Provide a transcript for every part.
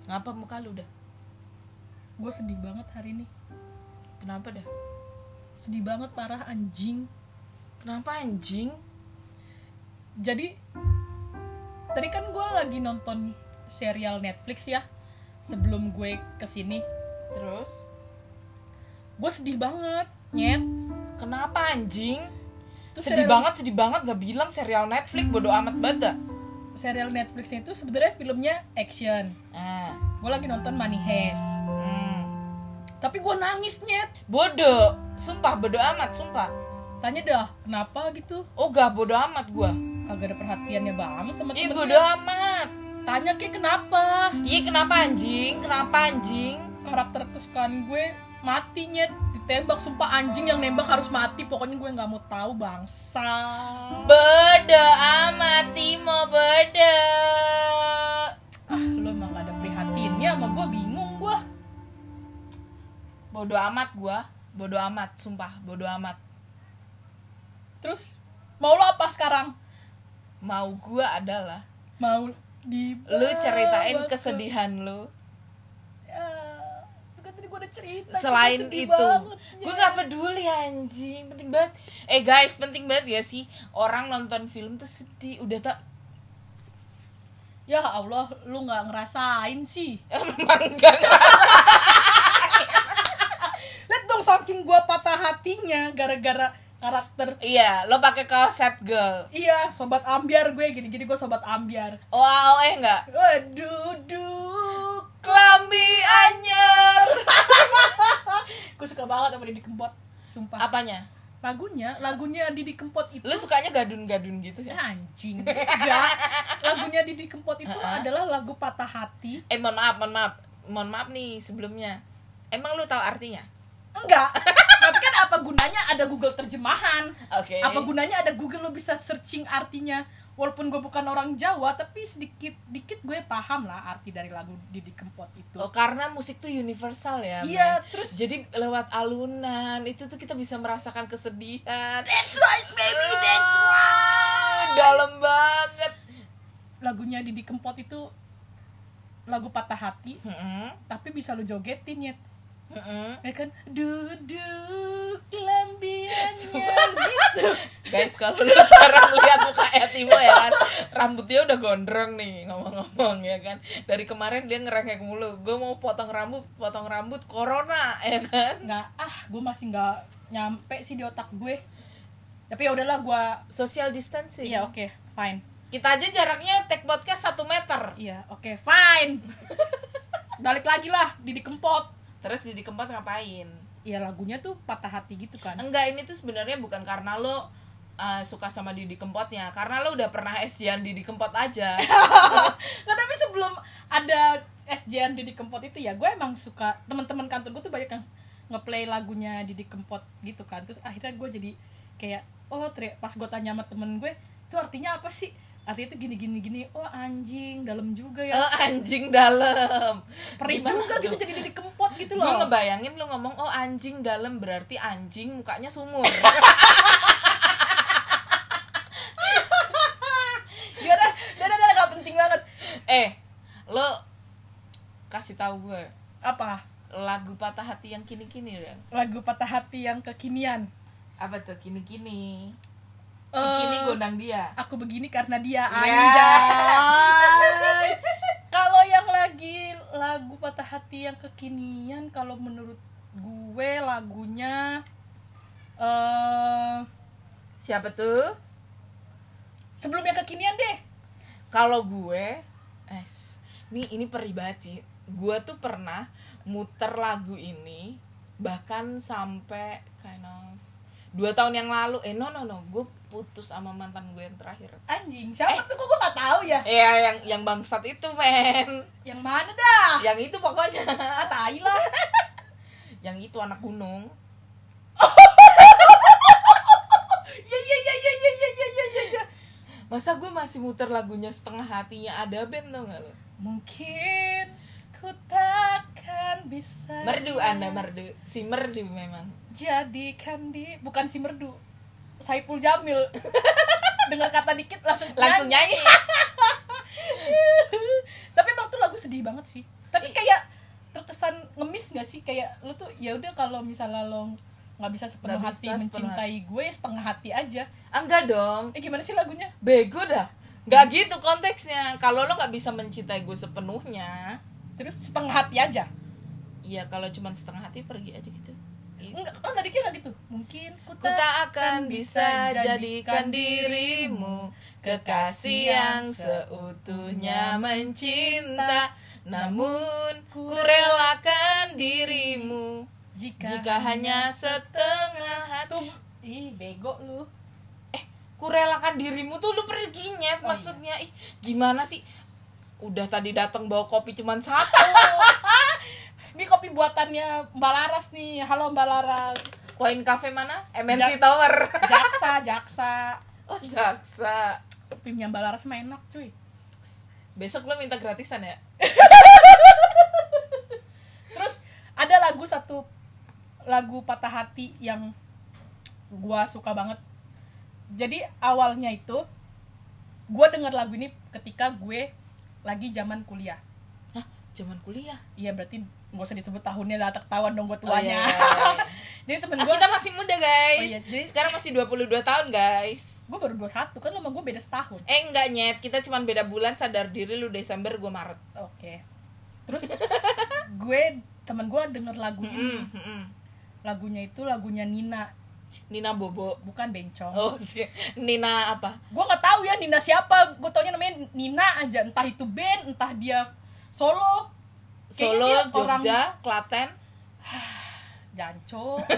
Ngapa muka lu dah? Gue sedih banget hari ini. Kenapa dah? Sedih banget parah anjing. Kenapa anjing? Jadi tadi kan gue lagi nonton serial Netflix ya sebelum gue kesini. Terus? Gue sedih banget, nyet. Kenapa anjing? Terus Sedih banget gak bilang serial Netflix, bodo amat banget dah. Serial Netflixnya itu sebenarnya filmnya action. Gue lagi nonton Money Heist. Tapi gue nangis, nyet. Bodoh, sumpah bodo amat, sumpah. Tanya dah, kenapa gitu? Oh gak bodo amat gua. Kagak ada perhatiannya banget teman-teman. Ih bodo amat. Tanya kayak kenapa? Iya kenapa anjing? Kenapa anjing? Karakter kesukaan gue mati, nyet. Ditembak, sumpah anjing yang nembak harus mati. Pokoknya gue gak mau tahu, bangsa. Bodo amat, Timo, bodo. Lo emang gak ada prihatinnya sama gue, bingung gue. Bodo amat gua. Bodo amat, sumpah, bodo amat. Terus mau lo apa sekarang? Mau gua adalah Mau dibawa lu ceritain ke- kesedihan lu. Ya, kan tadi gue udah cerita. Selain gue sedih itu, banget, gue Jen. gak peduli anjing. Penting banget. Guys, penting banget ya sih orang nonton film tuh sedih. Udah tak. Ya Allah, lu gak ngerasain sih. Emang enggak. Lihat dong saking gue patah hatinya gara-gara karakter. Iya, lo pakai kaos set girl. Iya, sobat ambiar gue gini-gini, gue sobat ambiar. Wow, enggak. Waduh, duh, Klambi anyar. gue suka banget sama Didi Kempot, sumpah. Apanya? Lagunya Didi Kempot itu. Lu sukanya gadun-gadun gitu ya? Anjing. Enggak. Lagunya Didi Kempot itu adalah lagu patah hati. Mohon maaf nih sebelumnya. Emang lu tahu artinya? Enggak. Tapi kan apa gunanya ada Google terjemahan? Oke. Apa gunanya ada Google, lo bisa searching artinya. Walaupun gue bukan orang Jawa, tapi sedikit gue paham lah arti dari lagu Didi Kempot itu. Oh, karena musik tuh universal ya. Iya, men. terus jadi lewat alunan itu tuh kita bisa merasakan kesedihan. That's right, baby, that's right. Dalam banget. Lagunya Didi Kempot itu lagu patah hati, Heeh. tapi bisa lo jogetin, ya. Heeh. Ya kan, duduk lambiannya gitu. Guys, kalau lu sekarang lihat muka Timo ya kan, rambutnya udah gondrong nih ngomong-ngomong ya kan. Dari kemarin dia ngerengek mulu. Gue mau potong rambut corona ya kan. Nggak, gue masih nggak nyampe sih di otak gue. Tapi ya udahlah, gue Social distancing. iya, oke, fine. Kita aja jaraknya take podcast 1 meter. Iya, oke, fine. Balik lagi lah Didi Kempot. Terus Didi Kempot ngapain? Ya lagunya tuh patah hati gitu kan. Enggak, ini tuh sebenarnya bukan karena lo suka sama Didi Kempotnya, karena lo udah pernah SJ-an Didi Kempot aja. Nah, tapi sebelum ada SJ-an Didi Kempot itu ya, gue emang suka, teman-teman kantor gue tuh banyak yang ngeplay lagunya Didi Kempot gitu kan. Terus akhirnya gue jadi kayak, pas gue tanya sama temen gue, itu artinya apa sih? Artinya itu gini. Oh anjing, dalam juga ya. Anjing dalam. Perih Gimana juga gitu tuh? jadi Didi Kempot gitu loh. Gue ngebayangin lo ngomong anjing dalam berarti anjing mukanya sumur. Udah, gak penting banget. Lo kasih tahu gue Apa? lagu patah hati yang kini-kini dong. Lagu patah hati yang kekinian. Apa tuh kini-kini? Eh, Cikini gondang dia. Aku begini karena dia, Ya. anjay. Kalau yang lagi lagu patah hati yang kekinian, kalau menurut gue lagunya Siapa tuh? sebelum yang kekinian deh. Kalau gue, ini perih banget sih. Gue tuh pernah muter lagu ini bahkan sampai 2 tahun yang lalu. No, gue putus sama mantan gue yang terakhir. Anjing, siapa tuh, kok gue gak tahu ya? Ya, yang bangsat itu, men. Yang mana dah? Yang itu pokoknya. Tai lah. Yang itu anak gunung. Ya. Masa gue masih muter lagunya setengah hatinya Ada Band, tau gak lo? Mungkin ku takkan bisa. Merdu Anda, merdu. Si merdu memang. Jadikan bukan si merdu, Saipul Jamil. Dengar kata dikit langsung Nyanyi. Tapi emang tuh lagu sedih banget sih. Tapi kayak terkesan ngemis gak sih, kayak lu tuh ya udah kalau misalnya lo nggak bisa sepenuh Nggak hati bisa mencintai gue, setengah hati aja. Enggak dong, Gimana sih lagunya? bego dah. Nggak gitu konteksnya. Kalau lo nggak bisa mencintai gue sepenuhnya, Terus setengah hati aja. ya kalau cuma setengah hati pergi aja gitu. Enggak, Nadiknya nggak gitu. Mungkin Ku tak akan bisa jadikan dirimu kekasih yang seutuhnya mencinta, namun ku relakan dirimu jika hanya setengah hati. Ih, bego lu. Ku relakan dirimu tuh lu pergi nyet, Oh, maksudnya. Ih, gimana sih? Udah tadi datang bawa kopi cuman satu. Ini kopi buatannya Mbak Laras nih. Halo Mbak Laras. Koin cafe mana? MNC Tower. Jaksa. Oh, Jaksa. Kopinya Mbak Laras mah enak, cuy. Besok lo minta gratisan ya? Terus ada lagu Patah Hati yang gua suka banget. Jadi awalnya itu gua denger lagu ini ketika gue lagi zaman kuliah. Hah, zaman kuliah? Iya, berarti nggak usah disebut tahunnya lah, ketahuan dong gue tuanya. Oh, iya. Jadi temen gue, Kita masih muda guys. Oh, iya. Jadi sekarang masih 22 tahun guys. gue baru 21 kan, lo sama gue beda setahun. Enggak nyet, kita cuma beda bulan. Sadar diri, lu Desember, gue Maret. Oke. Terus temen gue denger lagu ini. Lagunya itu lagunya Nina Bobo. bukan Bencong. Oh, Nina apa? Gue nggak tahu ya Nina siapa. Gue taunya namanya Nina aja. Entah itu band, entah dia solo. Kayaknya Solo, dia Jogja, Klaten. Janco.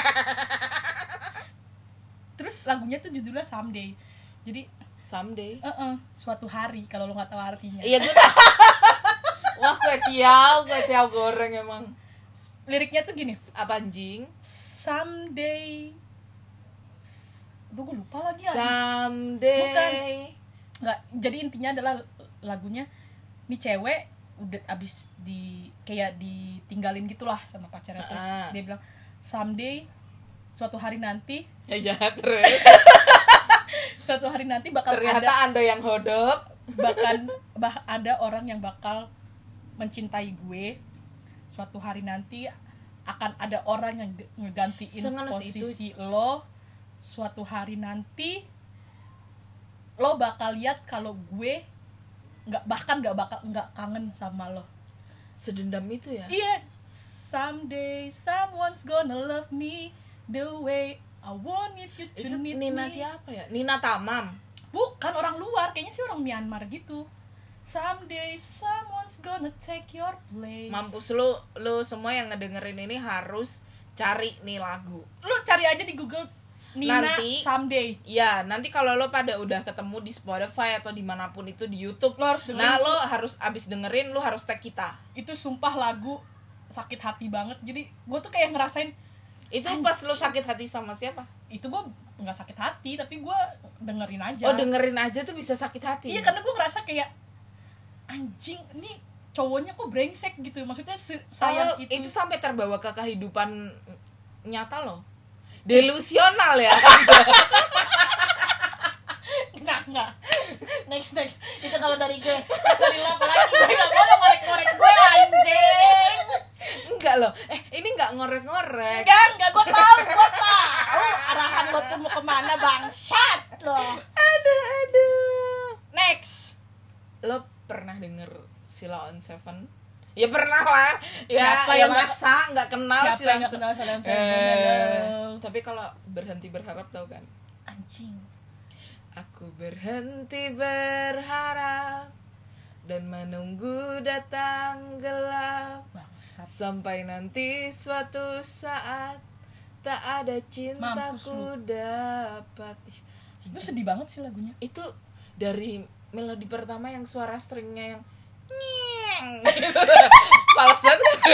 Terus lagunya tuh judulnya Someday. Jadi Someday. suatu hari, kalau lo nggak tahu artinya. Iya, gue tahu. Wah, kue tiaw goreng emang. Liriknya tuh gini. Apa anjing? Someday. Aduh, gue lupa lagi ya. Someday. Bukan. Nggak, jadi intinya adalah lagunya nih cewek udah abis kayak ditinggalin gitulah sama pacarnya. Terus dia bilang someday, suatu hari nanti. Ya jahat terus. Suatu hari nanti bakal Ternyata Anda yang hodop. ada orang yang bakal mencintai gue. Suatu hari nanti akan ada orang yang ngegantiin Sengenes posisi lo. Suatu hari nanti lo bakal lihat kalau gue nggak kangen sama lo. Sedendam itu ya? Iya. Someday someone's gonna love me the way I want you to Itu need Nina me. siapa ya? Nina Tamam. Bukan, orang luar, kayaknya sih orang Myanmar gitu. Someday someone's gonna take your place. Mampus lu semua yang ngedengerin ini harus cari nih lagu. Lu cari aja di Google Nina Nanti, Someday. Ya, nanti kalau lo pada udah ketemu di Spotify atau dimanapun itu di YouTube, Lo harus dengerin. nah lo harus abis dengerin, lo harus tag kita. Itu sumpah lagu sakit hati banget. Jadi gue tuh kayak ngerasain Itu pas lo sakit hati sama siapa? itu gue nggak sakit hati, tapi gue dengerin aja. Oh, dengerin aja tuh bisa sakit hati. Iya, karena gue ngerasa kayak anjing, nih cowoknya kok brengsek gitu. Maksudnya sayang itu sampai terbawa ke kehidupan nyata lo. Delusional ya. Enggak. Next. Itu kalau dari gue. Dari lo apa lagi? Gue gak mau ngorek-ngorek gue, anjing. Enggak loh. Ini enggak ngorek-ngorek. Enggak, gue tahu. Arahan lo tuh mau kemana, bangsat lo. Aduh. Next. Lo pernah denger Sheila on Seven? Ya pernah lah. Ya, Siapa ya yang masa enggak kenal Siapa Sheila yang on gak kenal Sheila on Seven? Seven? Tapi kalau berhenti berharap tau kan? Anjing. Aku berhenti berharap dan menunggu datang gelap, Bangsat. sampai nanti suatu saat tak ada cintaku dapat. Itu sedih banget sih lagunya. Itu dari melodi pertama yang suara stringnya yang nyeng fals banget.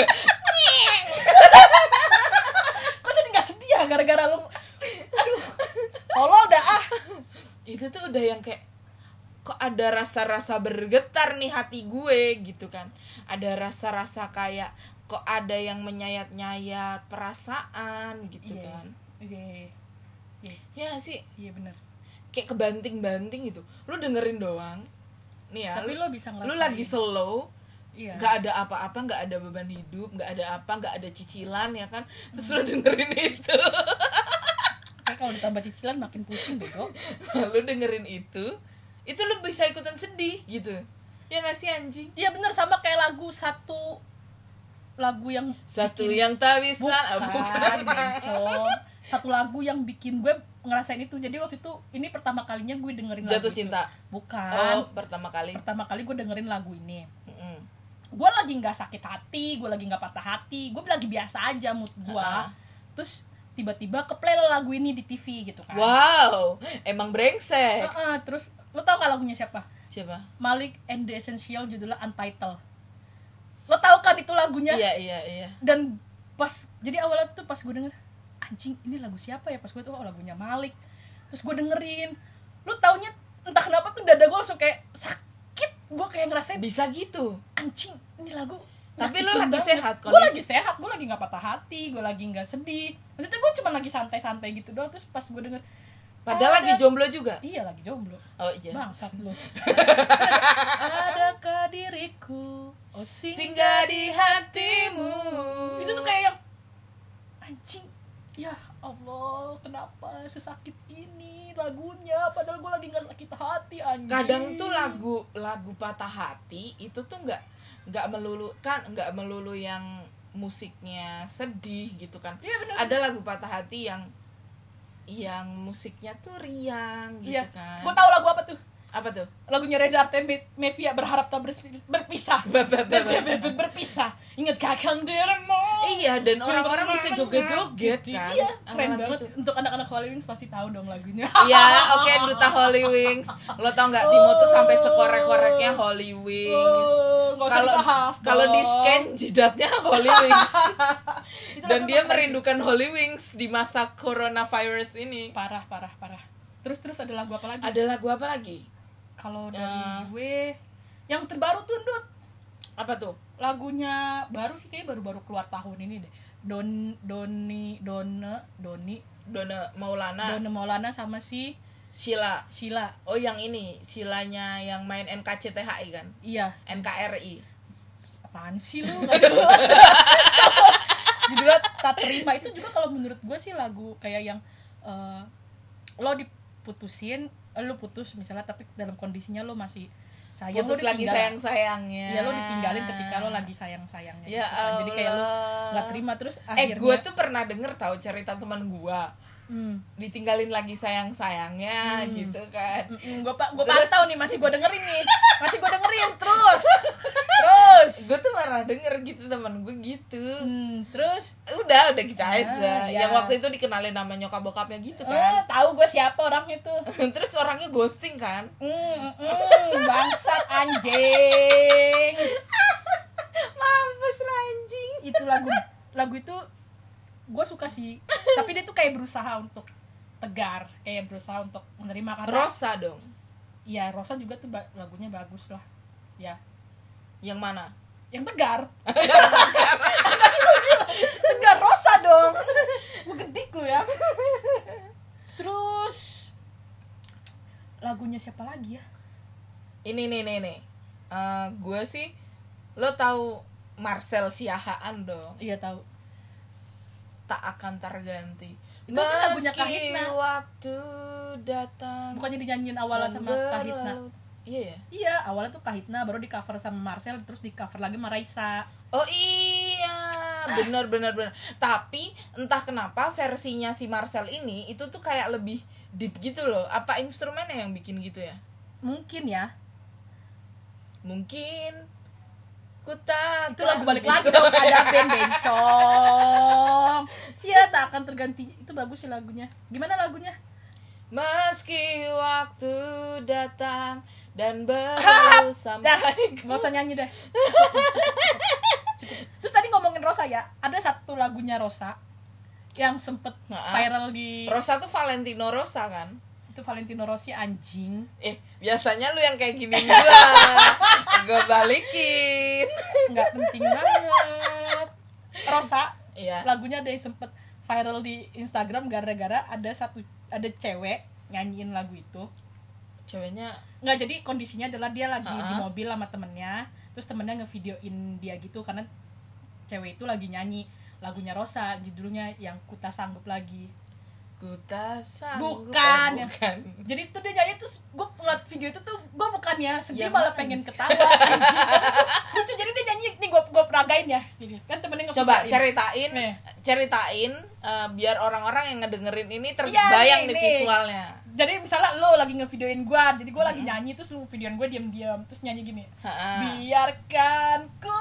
Kok jadi gak sedih ya gara-gara lu? Aduh, tolol dah ah. Itu tuh udah yang kayak kok ada rasa-rasa bergetar nih hati gue gitu kan. Ada rasa-rasa kayak kok ada yang menyayat-nyayat perasaan gitu kan. Iya. Ya sih, Iya benar. kayak kebanting-banting gitu. Lu dengerin doang. Nih ya. Tapi lo bisa ngerasain. Lu lagi slow, Iya. nggak ada apa-apa, nggak ada beban hidup, nggak ada apa, nggak ada cicilan ya kan, terus lo dengerin itu. Kayak kalau ditambah cicilan makin pusing bego. Lo dengerin itu lo bisa ikutan sedih gitu ya nggak sih anjing? Iya bener, sama kayak lagu yang Yang tak bisa bukan bencong. Satu lagu yang bikin gue ngerasain itu. Jadi waktu itu ini pertama kalinya gue dengerin Jatuh lagu Cinta itu. Bukan. Pertama kali Gue dengerin lagu ini. Mm-mm. Gue lagi nggak sakit hati, gue lagi nggak patah hati, gue lagi biasa aja mood gue. Terus tiba-tiba keplay lagu ini di TV gitu kan. Wow, emang brengsek. Terus lo tau gak lagunya siapa? Malik and the Essential, judulnya Untitled. Lo tau kan itu lagunya? Iya. Dan jadi awalnya tuh pas gue denger, anjing ini lagu siapa ya? Pas gue tuh lagunya Malik. Terus gue dengerin, lo taunya entah kenapa tuh dada gue langsung kayak sakit. Gue kayak ngerasain bisa gitu. Anjing ini lagu. Tapi lo lagi sehat kondisi. Gue lagi sehat, gue lagi gak patah hati, gue lagi gak sedih. Maksudnya gue cuma lagi santai-santai gitu doang. Terus pas gue denger, padahal lagi jomblo juga. Iya lagi jomblo. Oh iya. Bangsat lu. Adakah diriku singgah di hatimu. Itu tuh kayak yang anjing. Ya Allah, kenapa sesakit ini lagunya? Padahal gue lagi gak sakit hati anjing. Kadang tuh lagu patah hati itu tuh nggak melulu yang musiknya sedih gitu kan. Iya, bener. Ada lagu patah hati yang musiknya tuh riang gitu iya. kan. Gue tahu lagu apa tuh? Apa tuh? Lagunya Reza Artamevia, Berharap Tak Berpisah. Berpisah. Ingatkah akan dirimu? Iya, dan orang-orang bisa joget-joget kan. Iya, keren lagu banget. itu. Untuk anak-anak Holy Wings pasti tahu dong lagunya. Iya, oke, Duta Holy Wings. Lo tau nggak Timo tuh sampai sekorek-koreknya Holy Wings. Kalau di scan jidatnya Holy Wings. Dan dia merindukan Holy Wings di masa coronavirus ini. Parah. Terus ada lagu apa lagi? Ada lagu apa lagi? Kalau dari gue yang terbaru tuh Dut. Apa tuh? Lagunya baru sih, kayak baru keluar tahun ini deh. Doni Maulana sama si Sheila. Oh yang ini, Sheilanya yang main NKCTHI kan? Iya. NKRI. Apaan sih lu? Gak jelas. Judulnya Tak Terima. Itu juga kalau menurut gue sih lagu kayak yang lo putus misalnya, tapi dalam kondisinya lo masih sayang, putus lagi sayang-sayangnya. Ya lo ditinggalin ketika lo lagi sayang-sayangnya ya gitu kan. Jadi kayak lo nggak terima, terus akhirnya gue tuh pernah denger tahu cerita teman gue. Ditinggalin lagi sayang-sayangnya gitu kan. Gue pantau nih, masih gue dengerin terus gue tuh pernah denger gitu teman gue gitu. Terus udah gitu aja. Yang waktu itu dikenalin nama nyokap bokapnya gitu kan. Tahu gue siapa orangnya tuh. Terus orangnya ghosting kan. Bangsat anjing. Mampus lah anjing. Itu lagu itu gue suka sih, tapi dia tuh kayak berusaha untuk tegar, kayak berusaha untuk menerima karena Rosa dong. Iya, Rosa juga tuh lagunya bagus lah. Ya. Yang mana? Yang tegar. Tegar Rosa dong. Gue gedik lu ya. Terus lagunya siapa lagi ya? Ini. Gue sih, lo tahu Marcel Siahaan dong? Iya tahu. Tak akan terganti. Itu kan lagunya Kahitna. Waktu datang. Bukannya dinyanyiin awalnya sama Kahitna? Iya ya? Iya, awalnya tuh Kahitna, baru di cover sama Marcel, terus di cover lagi sama Raisa. Oh iya, benar. Tapi entah kenapa versinya si Marcel ini itu tuh kayak lebih deep gitu loh. Apa instrumennya yang bikin gitu ya? Mungkin ya. Mungkin. Tak itu lagu balik lagi dong, kadapin bencong. Iya, tak akan terganti. Itu bagus sih lagunya. Gimana lagunya? Meski waktu datang dan bersama. Gak usah nyanyi deh. Cukup. Terus tadi ngomongin Rosa ya, ada satu lagunya Rosa yang sempet viral di. Rosa tuh Valentino Rosa kan? Itu Valentino Rossi anjing. Biasanya lu yang kayak gini gue balikin. Nggak penting banget. Rosa, iya. Lagunya ada yang sempet viral di Instagram gara-gara ada cewek nyanyiin lagu itu. Ceweknya nggak, jadi kondisinya adalah dia lagi di mobil sama temennya, terus temennya ngevideoin dia gitu karena cewek itu lagi nyanyi lagunya Rosa, judulnya yang Ku Tak Sanggup Lagi. Ku tak sanggup. Bukan. Bukan. Jadi tuh dia nyanyi, terus gue ngeliat video itu tuh gue bukannya sedih, Ya, malah pengen ketawa anjing. Lucu, jadi dia nyanyi, nih gue peragain ya gini. Kan temennya Coba ngevideoin. ceritain biar orang-orang yang ngedengerin ini Iya, terbayang nih, di nih. visualnya. Jadi misalnya lo lagi ngevideoin gue, jadi gue lagi nyanyi, terus lo videoin gue diam-diam, terus nyanyi gini. Biarkan ku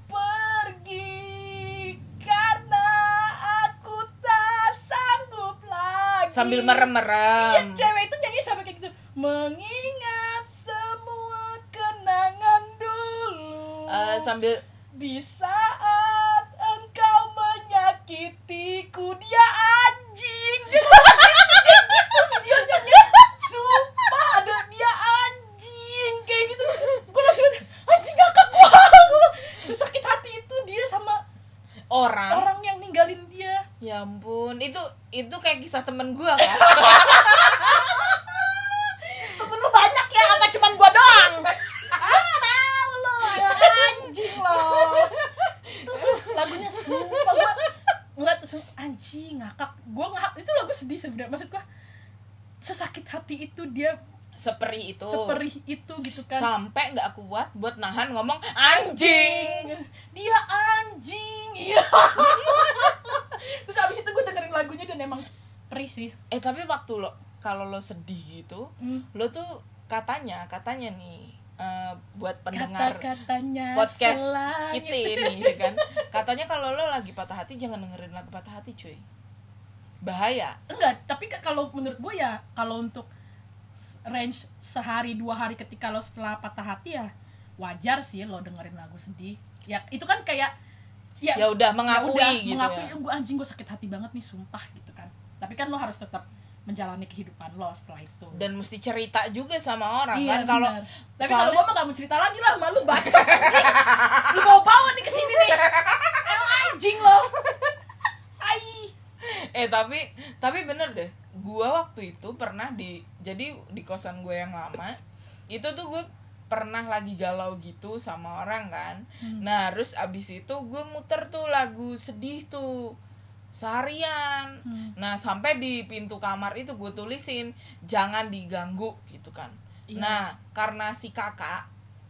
pergi karena aku tak sanggup lagi. Sambil merem-merem. Iya, cewek itu nyanyi sampai kayak gitu. Mengingat semua kenangan dulu. Sambil Di saat engkau menyakitiku, dia anjing. Dia gitu videonya. Sumpah ada dia anjing kayak gitu. Gue langsung anjing, ngakak gua. Sesakit hati itu dia sama orang yang ninggalin dia. ya ampun, itu kayak kisah temen gua kan. Temen lu banyak ya, apa cuman gua doang? Tahu lo, anjing lo. Itu tuh lagunya sumpah gua ngeliat anjing ngakak. Itu lagu sedih sebenarnya. Maksud gua sesakit hati itu dia, Seperih itu gitu kan. sampai nggak kuat buat nahan ngomong anjing. Dia anjing. Iya. Terus abis itu gue dengerin lagunya dan emang perih sih. Tapi waktu kalau lo sedih gitu, lo tuh katanya nih buat pendengar Kata-katanya podcast selangit. kita ini ya kan, katanya kalau lo lagi patah hati jangan dengerin lagu patah hati cuy, bahaya. Enggak, tapi kalau menurut gue ya, kalau untuk range sehari 2 hari ketika lo setelah patah hati ya wajar sih lo dengerin lagu sedih. Ya itu kan kayak ya udah mengakui gitu mengakui, ya. gue anjing gue sakit hati banget nih sumpah gitu kan. Tapi kan lo harus tetap menjalani kehidupan lo setelah itu. Dan mesti cerita juga sama orang Iya, kan kalau. tapi kalau gue mah gak mau cerita lagi lah, malu bacot anjing. Lu bawa nih kesini nih. Emang anjing lo. Tapi bener deh, gue waktu itu pernah jadi di kosan gue yang lama itu tuh gue pernah lagi galau gitu sama orang kan. Nah terus abis itu gue muter tuh lagu sedih tuh seharian. Nah sampai di pintu kamar itu gue tulisin jangan diganggu gitu kan. Iya. Nah karena si KG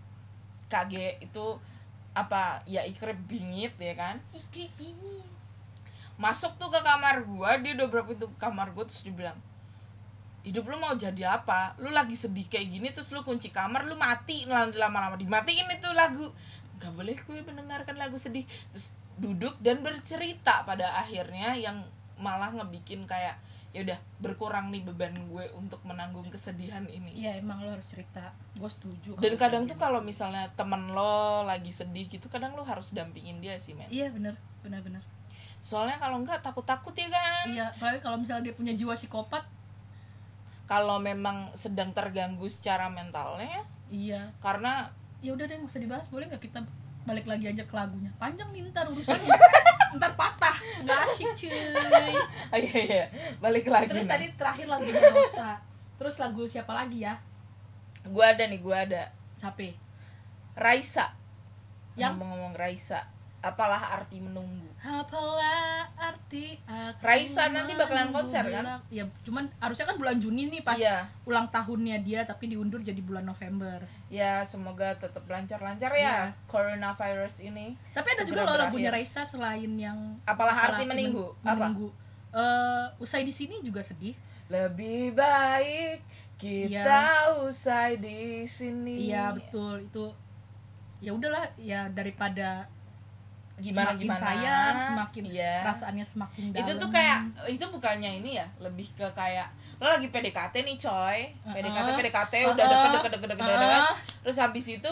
itu apa ya, ikrip bingit ya kan, Ini masuk tuh ke kamar gua, dia udah pintu kamar gua, terus dia bilang, hidup lu mau jadi apa, lu lagi sedih kayak gini terus lu kunci kamar, lu mati, lama-lama dimatiin itu lagu. Gak boleh gue mendengarkan lagu sedih. Terus duduk dan bercerita, pada akhirnya yang malah ngebikin kayak ya udah berkurang nih beban gue untuk menanggung kesedihan ini. Iya emang lo harus cerita, gue setuju. Dan kadang tuh kalau misalnya temen lo lagi sedih gitu, kadang lo harus dampingin dia sih men. Iya benar. Soalnya kalau enggak takut ya kan. Iya, apalagi kalau misalnya dia punya jiwa psikopat. Kalau memang sedang terganggu secara mentalnya. Iya. Karena Ya udah deh, nggak usah dibahas, boleh nggak kita balik lagi aja ke lagunya? Panjang nih ntar urusannya. Ntar patah, nggak asik cuy. iya balik lagi. Terus nah. tadi terakhir lagunya Rosa. Terus lagu siapa lagi ya? Gue ada Siapa? Raisa. Yang? Ngomong Raisa, apalah arti menunggu. Apalah arti aku Raisa nanti bakalan konser kan? Ya cuman harusnya kan bulan Juni nih pas Iya. ulang tahunnya dia, tapi diundur jadi bulan November. Ya semoga tetap lancar-lancar Iya. ya coronavirus ini. Tapi ada juga segera loh berakhir. lagunya Raisa selain yang Apalah arti menunggu? Apa? Usai di sini juga sedih. Lebih baik kita usai di sini. Iya betul, itu ya udahlah ya, daripada Gimana sayang, semakin iya. perasaannya semakin dalam. Itu tuh kayak, itu bukannya ini ya, lebih ke kayak lo lagi PDKT nih coy, PDKT udah deket, terus habis itu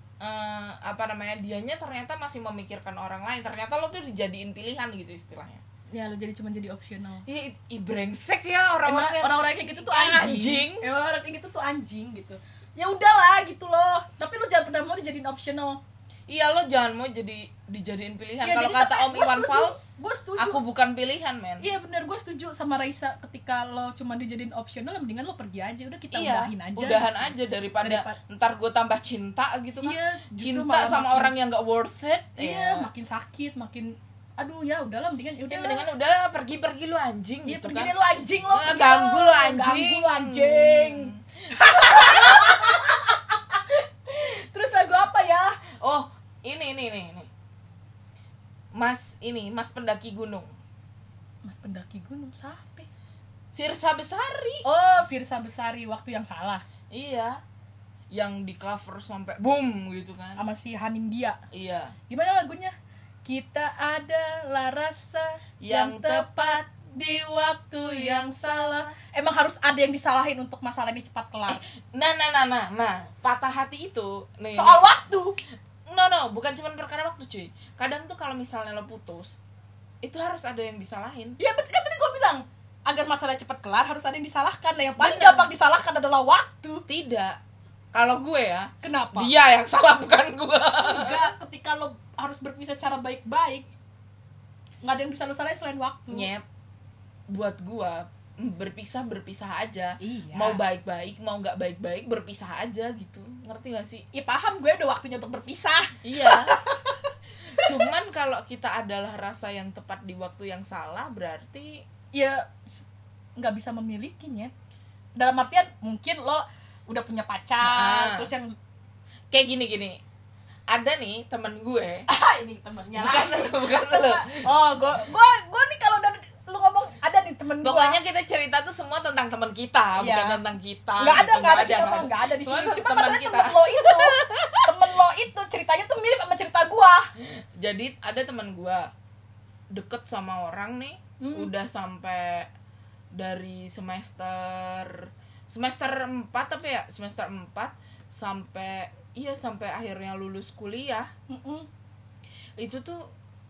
dianya ternyata masih memikirkan orang lain, ternyata lo tuh dijadiin pilihan gitu istilahnya. Ya lo cuma jadi optional. Iya, brengsek ya Orang-orang kayak gitu tuh anjing. Emang orang kayak gitu tuh anjing gitu. Ya udahlah gitu loh. Tapi lo jangan pernah mau dijadiin optional. Iya, lo jangan mau dijadiin pilihan. Ya, Kalau jadi kata tapi Om Iwan Fals, gue setuju. aku bukan pilihan, men. Iya benar, gue setuju sama Raisa. Ketika lo cuma dijadiin opsional, mendingan lo pergi aja. Udah kita Iya, udahin aja. udahan aja daripada ntar gue tambah cinta gitu kan. Iya, justru cinta malah sama makin- orang yang gak worth it. Iya, makin sakit, makin aduh ya udahlah mendingan Ya mendingan udahlah pergi lu anjing Iya, gitu pergi kan. deh lu anjing lo. Nah, pergi ganggu lo. lu anjing. Ganggu lu anjing. Terus lagu apa ya? Oh, ini. Mas pendaki gunung. Mas pendaki gunung siapa? Firsa Besari. Oh, Firsa Besari, Waktu Yang Salah. Iya. Yang di cover sampai boom gitu kan. Sama si Hanindia. Iya. Gimana lagunya? Kita adalah rasa yang tepat di waktu yang salah. Emang harus ada yang disalahin untuk masalah ini cepat kelar. Nah, patah hati itu nih. Soal waktu. No, bukan cuma perkara waktu, cuy. Kadang tuh kalau misalnya lo putus, itu harus ada yang disalahin. Ya betul kan tadi gue bilang, agar masalah cepat kelar harus ada yang disalahkan. Nah, yang paling Bener. gampang disalahkan adalah waktu. Tidak. Kalau gue ya, Kenapa? dia yang salah bukan gue. Enggak, ketika lo harus berpisah secara baik-baik, nggak ada yang bisa lo salahin selain waktu. Nyet. Buat gue berpisah aja. Iya. Mau baik-baik, mau nggak baik-baik, berpisah aja gitu. Ngerti gak sih? Ya paham, gue udah waktunya untuk berpisah. Iya. Cuman kalau kita adalah rasa yang tepat di waktu yang salah, berarti Ya nggak bisa memilikinya. Dalam artian mungkin lo udah punya pacar, terus yang kayak gini. Ada nih temen gue. ini temennya Bukan lo. Oh, gue nih kalau udah lu ngomong ada nih temen gue. Pokoknya kita cerita tuh semua tentang teman kita, Iya. bukan tentang kita. Nggak ada Nggak di Semua sini. Cuma teman masalah kita. temen lo itu ceritanya tuh mirip sama cerita gue. Jadi ada teman gue deket sama orang nih, udah sampai dari semester 4 tapi ya semester 4 sampai akhirnya lulus kuliah. Itu tuh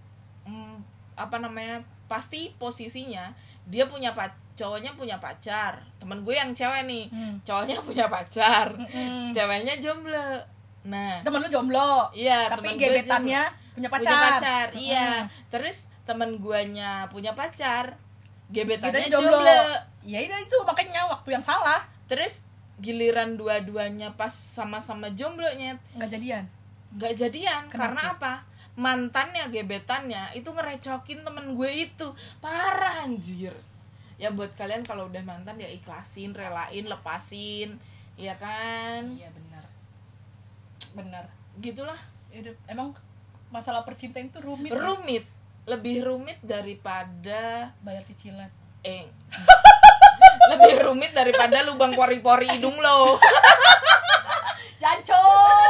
pasti posisinya dia cowoknya punya pacar. Temen gue yang cewek nih, cowoknya punya pacar, ceweknya jomblo. Nah, Temen lu jomblo. iya, Tapi temen gue gebetannya punya pacar. Iya. Terus temen guanya punya pacar, gebetannya Gebetannya jomblo. jomblo. Ya itu makanya waktu yang salah. Terus giliran dua-duanya pas sama-sama jomblonya Nggak jadian. nggak jadian. Kenapa? Karena apa? Mantannya, gebetannya itu ngerecokin temen gue itu. Parah anjir. Ya buat kalian kalau udah mantan ya ikhlasin, relain, lepasin, ya kan? Iya benar. Gitulah. Emang masalah percintaan itu rumit. Lebih rumit daripada Bayar cicilan. lebih rumit daripada lubang pori-pori hidung lo. Janco.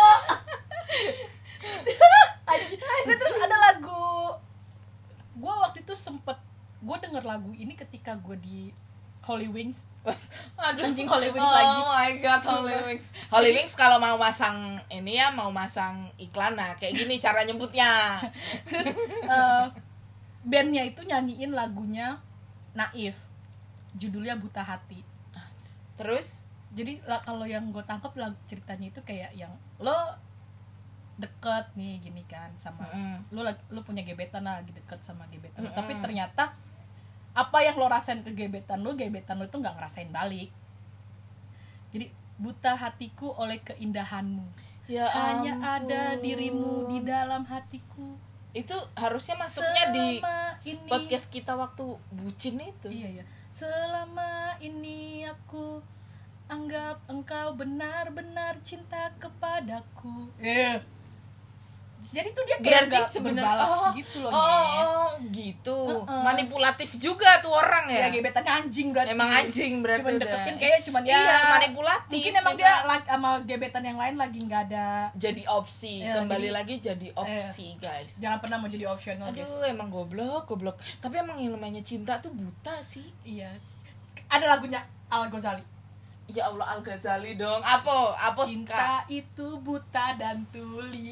Terus ada lagu, gue waktu itu gue denger lagu ini ketika gue di Holy Wings. Aduh, Anjing Holy Wings oh lagi. Oh my god, Holy Wings. Holy Wings kalau mau masang ini ya, mau masang iklan, nah kayak gini cara nyebutnya. Terus bandnya itu nyanyiin lagunya Naif, judulnya Buta Hati. Terus Jadi kalau yang gue tangkap ceritanya itu kayak yang lo deket nih gini kan sama lu punya gebetan lah, lagi deket sama gebetan lu. Tapi ternyata apa yang lo rasain ke gebetan lu itu nggak ngerasain balik. Jadi buta hatiku oleh keindahanmu, ya hanya ampun. ada dirimu di dalam hatiku. Itu harusnya masuknya di Selama ini, podcast kita waktu bucin itu. iya selama ini aku anggap engkau benar-benar cinta kepadaku. Jadi tuh dia kayak Berarti nggak sebenarnya berbalas gitu loh, Nyet. gitu. Manipulatif juga tuh orang Ya ya. gebetannya anjing berarti. Emang anjing berarti Cuman udah. deketin kayaknya cuman ya. Iya, manipulatif. Mungkin emang ya dia kan? sama gebetan yang lain lagi nggak ada. Jadi opsi, Ya, kembali jadi- lagi jadi opsi, guys. Jangan pernah mau jadi optional, guys. Aduh, emang goblok. Tapi emang yang namanya cinta tuh buta sih. Iya. Ada lagunya Al Ghazali. Ya Allah, Al Ghazali dong. Apa Cinta itu buta dan tuli.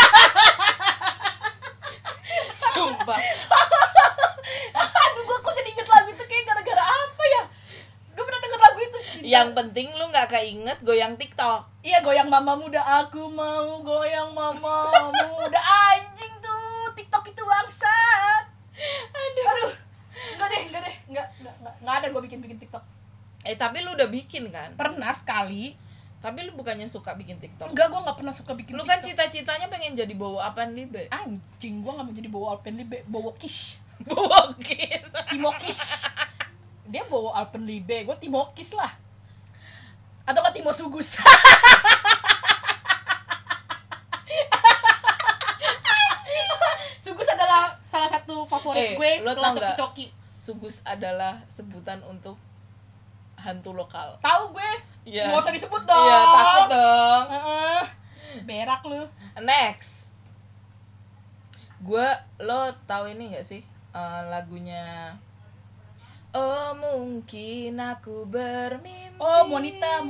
Sumpah. Aduh, gua kok jadi inget lagu itu kayak gara-gara apa ya? Gue pernah denger lagu itu. Cinta. Yang penting lu nggak keinget goyang TikTok. Iya, goyang mama muda, aku mau goyang mamamu. Tapi lu udah bikin kan? Pernah sekali. Tapi lu bukannya suka bikin TikTok? Enggak, gue nggak pernah suka bikin Lu TikTok. kan cita-citanya pengen jadi Bowo Alpenlibe. Anjing, gue nggak mau jadi Bowo Alpenlibe, Bowo Kish. Bowo Kiss. Timo Kish. Dia Bowo Alpenlibe, gue Timo Kish lah. Atau kan Timo Sugus. Sugus adalah salah satu favorit gue lo setelah tau nggak? Coki-Coki. Sugus adalah sebutan untuk hantu lokal. Tahu gue? Iya. Nggak usah disebut dong. Iya, takut dong. Berak lu. Next. Lo tahu ini nggak sih lagunya? Oh mungkin aku bermimpi. Oh, Monita.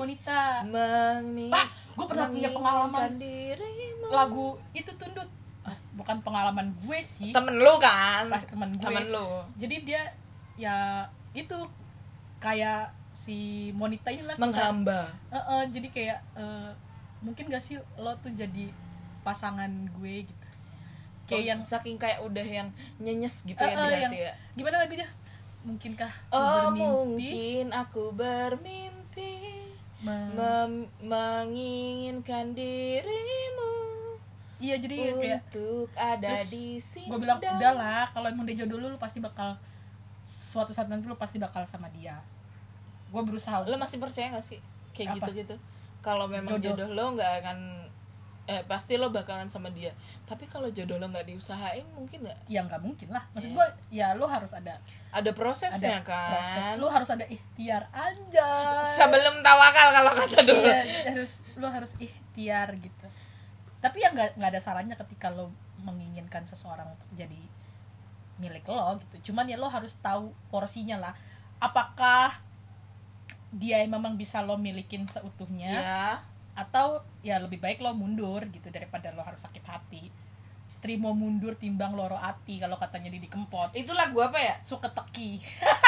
Gue pernah punya pengalaman dirimu. lagu itu Tundut. Bukan pengalaman gue sih. Temen lu kan? Temen gue. Temen lu. Jadi dia ya itu kayak si Monita ini lah. Menghamba. Jadi kayak mungkin gak sih lo tuh jadi pasangan gue gitu. Kayak yang saking kayak udah yang nyenyes gitu ya di hati ya. Gimana lagunya? Mungkinkah Oh bermimpi? mungkin aku bermimpi menginginkan dirimu. Iya, jadi kayak untuk ada di sini. Gue bilang udahlah, kalau emang dia jodoh lu pasti bakal suatu saat nanti lu pasti bakal sama dia. Gue berusaha. Lo masih percaya gak sih kayak Apa? gitu-gitu? Kalau memang jodoh lo nggak akan pasti lo bakalan sama dia. Tapi kalau jodoh lo nggak diusahain mungkin nggak? Ya nggak mungkin lah. Maksud gue ya lo harus ada Prosesnya kan. proses. Lo harus ada ikhtiar anjay. Sebelum tawakal kalau kata dulu. Iya, lo harus ikhtiar gitu. Tapi ya nggak ada salahnya ketika lo menginginkan seseorang untuk jadi milik lo gitu. Cuman ya lo harus tahu porsinya lah. Apakah dia memang bisa lo milikin seutuhnya? Ya. Atau ya lebih baik lo mundur gitu daripada lo harus sakit hati. Trimo mundur timbang loro ati kalau katanya Didi Kempot. Itu lagu apa ya? Suka teki.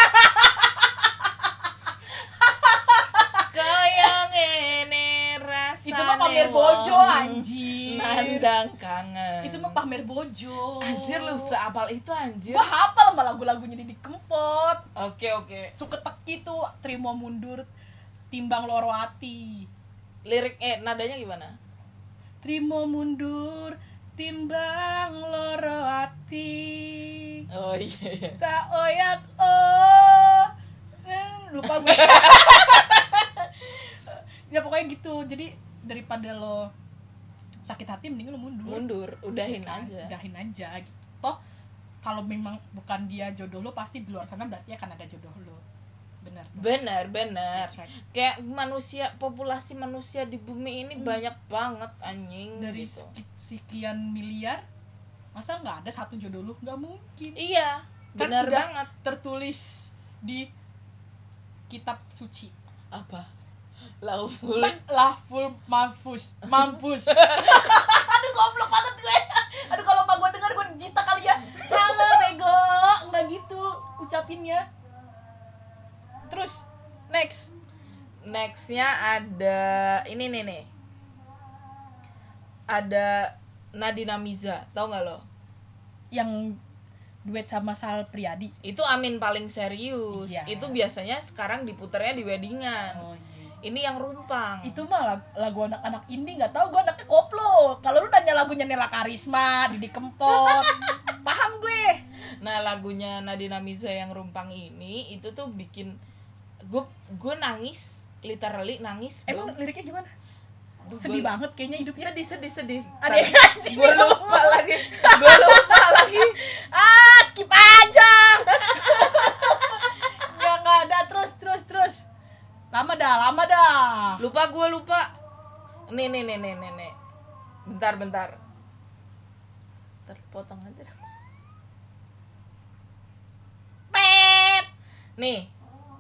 Koyong ini rasane. Itu mah pamer bojo anjing. Nandang kangen. Itu mah pamer bojo. Anjir lu seapal itu anjir. Gua hafal sama lagu-lagunya Didi Kempot. Oke. Suka teki tuh Trimo mundur timbang loro ati. Lirik nadanya gimana? Trimo mundur timbang loro ati. Oh iya. Tak oyak lupa gue. Ya pokoknya gitu. Jadi daripada lo sakit hati mending lo mundur, udahin ya kan? aja. Udahin aja gitu. Toh kalau memang bukan dia jodoh lo, pasti di luar sana berarti akan ada jodoh lo. Benar. That's right. Kayak populasi manusia di bumi ini banyak banget anjing dari gitu. sekian miliar, masa nggak ada satu jodoh lu? Nggak mungkin. Iya, Kan benar sudah banget. tertulis di kitab suci. Apa? Lauful. Mampus. Aduh goblok banget gue. Aduh kalau mbak gue dengar gue jita kali ya. Salah bego, nggak gitu ucapinnya. Terus nextnya ada ini nih. Ada Nadina Miza, tau nggak lo? Yang duet sama Sal Priadi. Itu Amin paling serius. Iya. Itu biasanya sekarang diputarnya di weddingan. Oh, iya. Ini yang rumpang. Itu mah lagu anak-anak indie, nggak tahu, gue anaknya koplo. Kalau lu nanya lagunya Nela Karisma, Didi Kempot, paham gue. Nah lagunya Nadina Miza yang rumpang ini itu tuh bikin gue nangis, literally nangis. Emang liriknya gimana? Sedih banget kayaknya hidupnya. Sedih. Ada anjing. Gue lupa lagi. Skip aja. Nggak ada. Terus. Lama dah. Gue lupa. Nih. Bentar. Terpotong aja. Pet. Nih.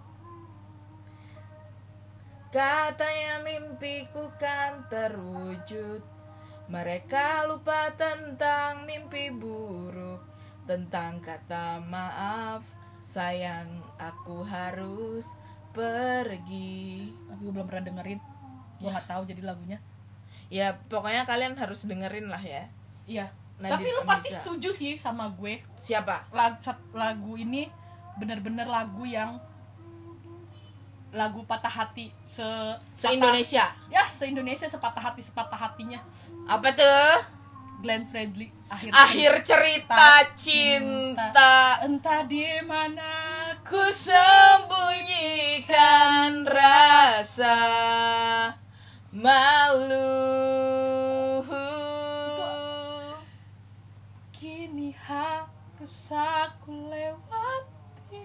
Katanya mimpiku kan terwujud. Mereka lupa tentang mimpi buruk, tentang kata maaf. Sayang, aku harus pergi. Aku belum pernah dengerin. Gue nggak tahu jadi lagunya. Ya pokoknya kalian harus dengerin lah ya. Iya. Nadine Tapi lu Amiza. pasti setuju sih sama gue. Siapa? Lagu ini bener-bener lagu yang lagu patah hati Se-Indonesia. Ya, se-Indonesia sepatah hatinya. Apa tuh? Glenn Fredly, Akhir cerita cinta. Entah di mana Ku sembunyikan rasa malu. kini harus aku lewati.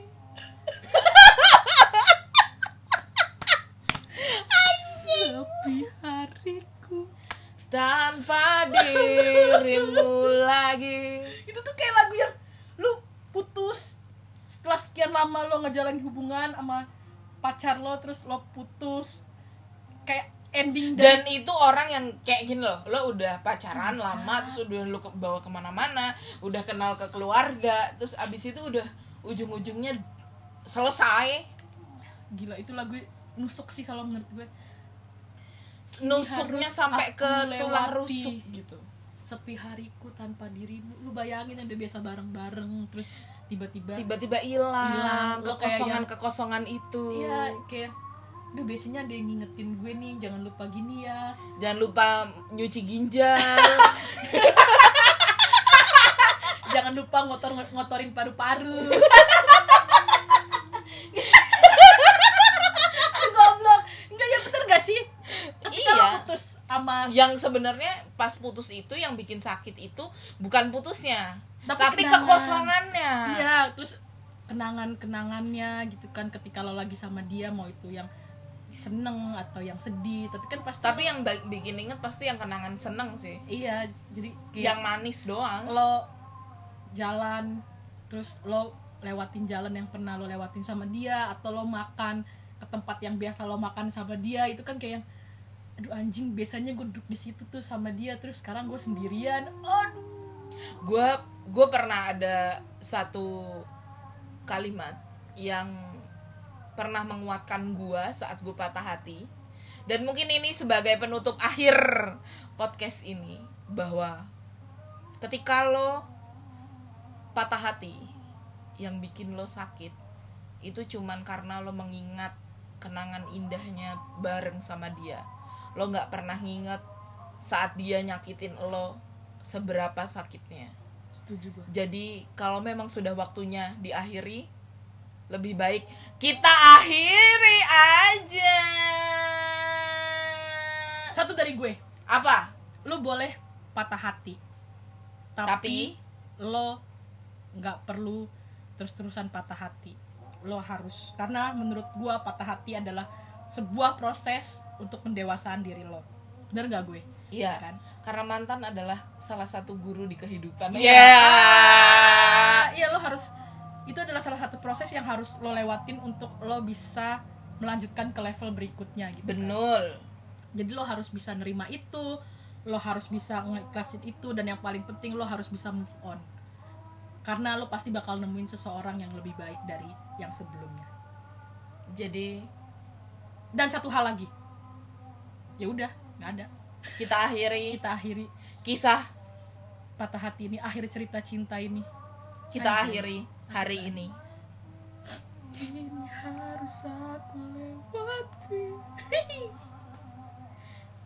Sepi hariku Tanpa dirimu lagi. itu tuh kayak lagu yang lu putus setelah sekian lama lo ngejalanin hubungan sama pacar lo, terus lo putus, kayak ending Dan itu orang yang kayak gini loh, lo udah pacaran lama, terus udah lo bawa kemana-mana, udah kenal ke keluarga, terus abis itu udah ujung-ujungnya selesai. gila, itu lagu nusuk sih kalau menurut gue. Nusuknya harus sampai aku ke tulang lewati. rusuk gitu. Sepi hariku tanpa dirimu. Lu bayangin yang udah biasa bareng-bareng, terus tiba-tiba Hilang Lo kayak kekosongan itu. iya, kayak udah biasanya ada yang ngingetin gue nih, jangan lupa gini ya, Jangan lupa nyuci ginjal. jangan lupa ngotorin paru-paru. Goblok. Enggak, ya bener gak sih? Ketika lo Iya. putus sama Yang sebenarnya pas putus itu yang bikin sakit itu bukan putusnya, tapi kenangan. kekosongannya. Iya, terus kenangannya gitu kan, ketika lo lagi sama dia, mau itu yang seneng atau yang sedih, tapi kan pasti Tapi yang bikin inget pasti yang kenangan seneng sih. iya, jadi kayak Yang manis doang. lo jalan, terus lo lewatin jalan yang pernah lo lewatin sama dia, atau lo makan ke tempat yang biasa lo makan sama dia, itu kan kayak yang, aduh anjing, biasanya gue duduk di situ tuh sama dia, terus sekarang gue sendirian. Aduh. Gue pernah ada satu kalimat yang pernah menguatkan gue saat gue patah hati, dan mungkin ini sebagai penutup akhir podcast ini, bahwa ketika lo patah hati, yang bikin lo sakit itu cuman karena lo mengingat kenangan indahnya bareng sama dia. Lo nggak pernah nginget saat dia nyakitin lo seberapa sakitnya. Setuju gue. Jadi kalau memang sudah waktunya diakhiri, lebih baik kita akhiri aja. Satu dari gue, Apa? lo boleh patah hati, tapi lo nggak perlu terus-terusan patah hati. Lo harus, karena menurut gue patah hati adalah sebuah proses untuk pendewasaan diri lo. Bener gak gue? Iya, Kan? karena mantan adalah salah satu guru di kehidupan. Iya. Iya, lo harus, itu adalah salah satu proses yang harus lo lewatin untuk lo bisa melanjutkan ke level berikutnya gitu. Benul. Jadi lo harus bisa nerima itu, lo harus bisa ngeikhlasin itu, dan yang paling penting lo harus bisa move on. Karena lo pasti bakal nemuin seseorang yang lebih baik dari yang sebelumnya. Jadi Dan satu hal lagi, ya udah, nggak ada. kita akhiri Kita akhiri kisah, patah hati ini, akhir cerita cinta ini. kita Anjir. akhiri hari ini. Ini harus aku lewati.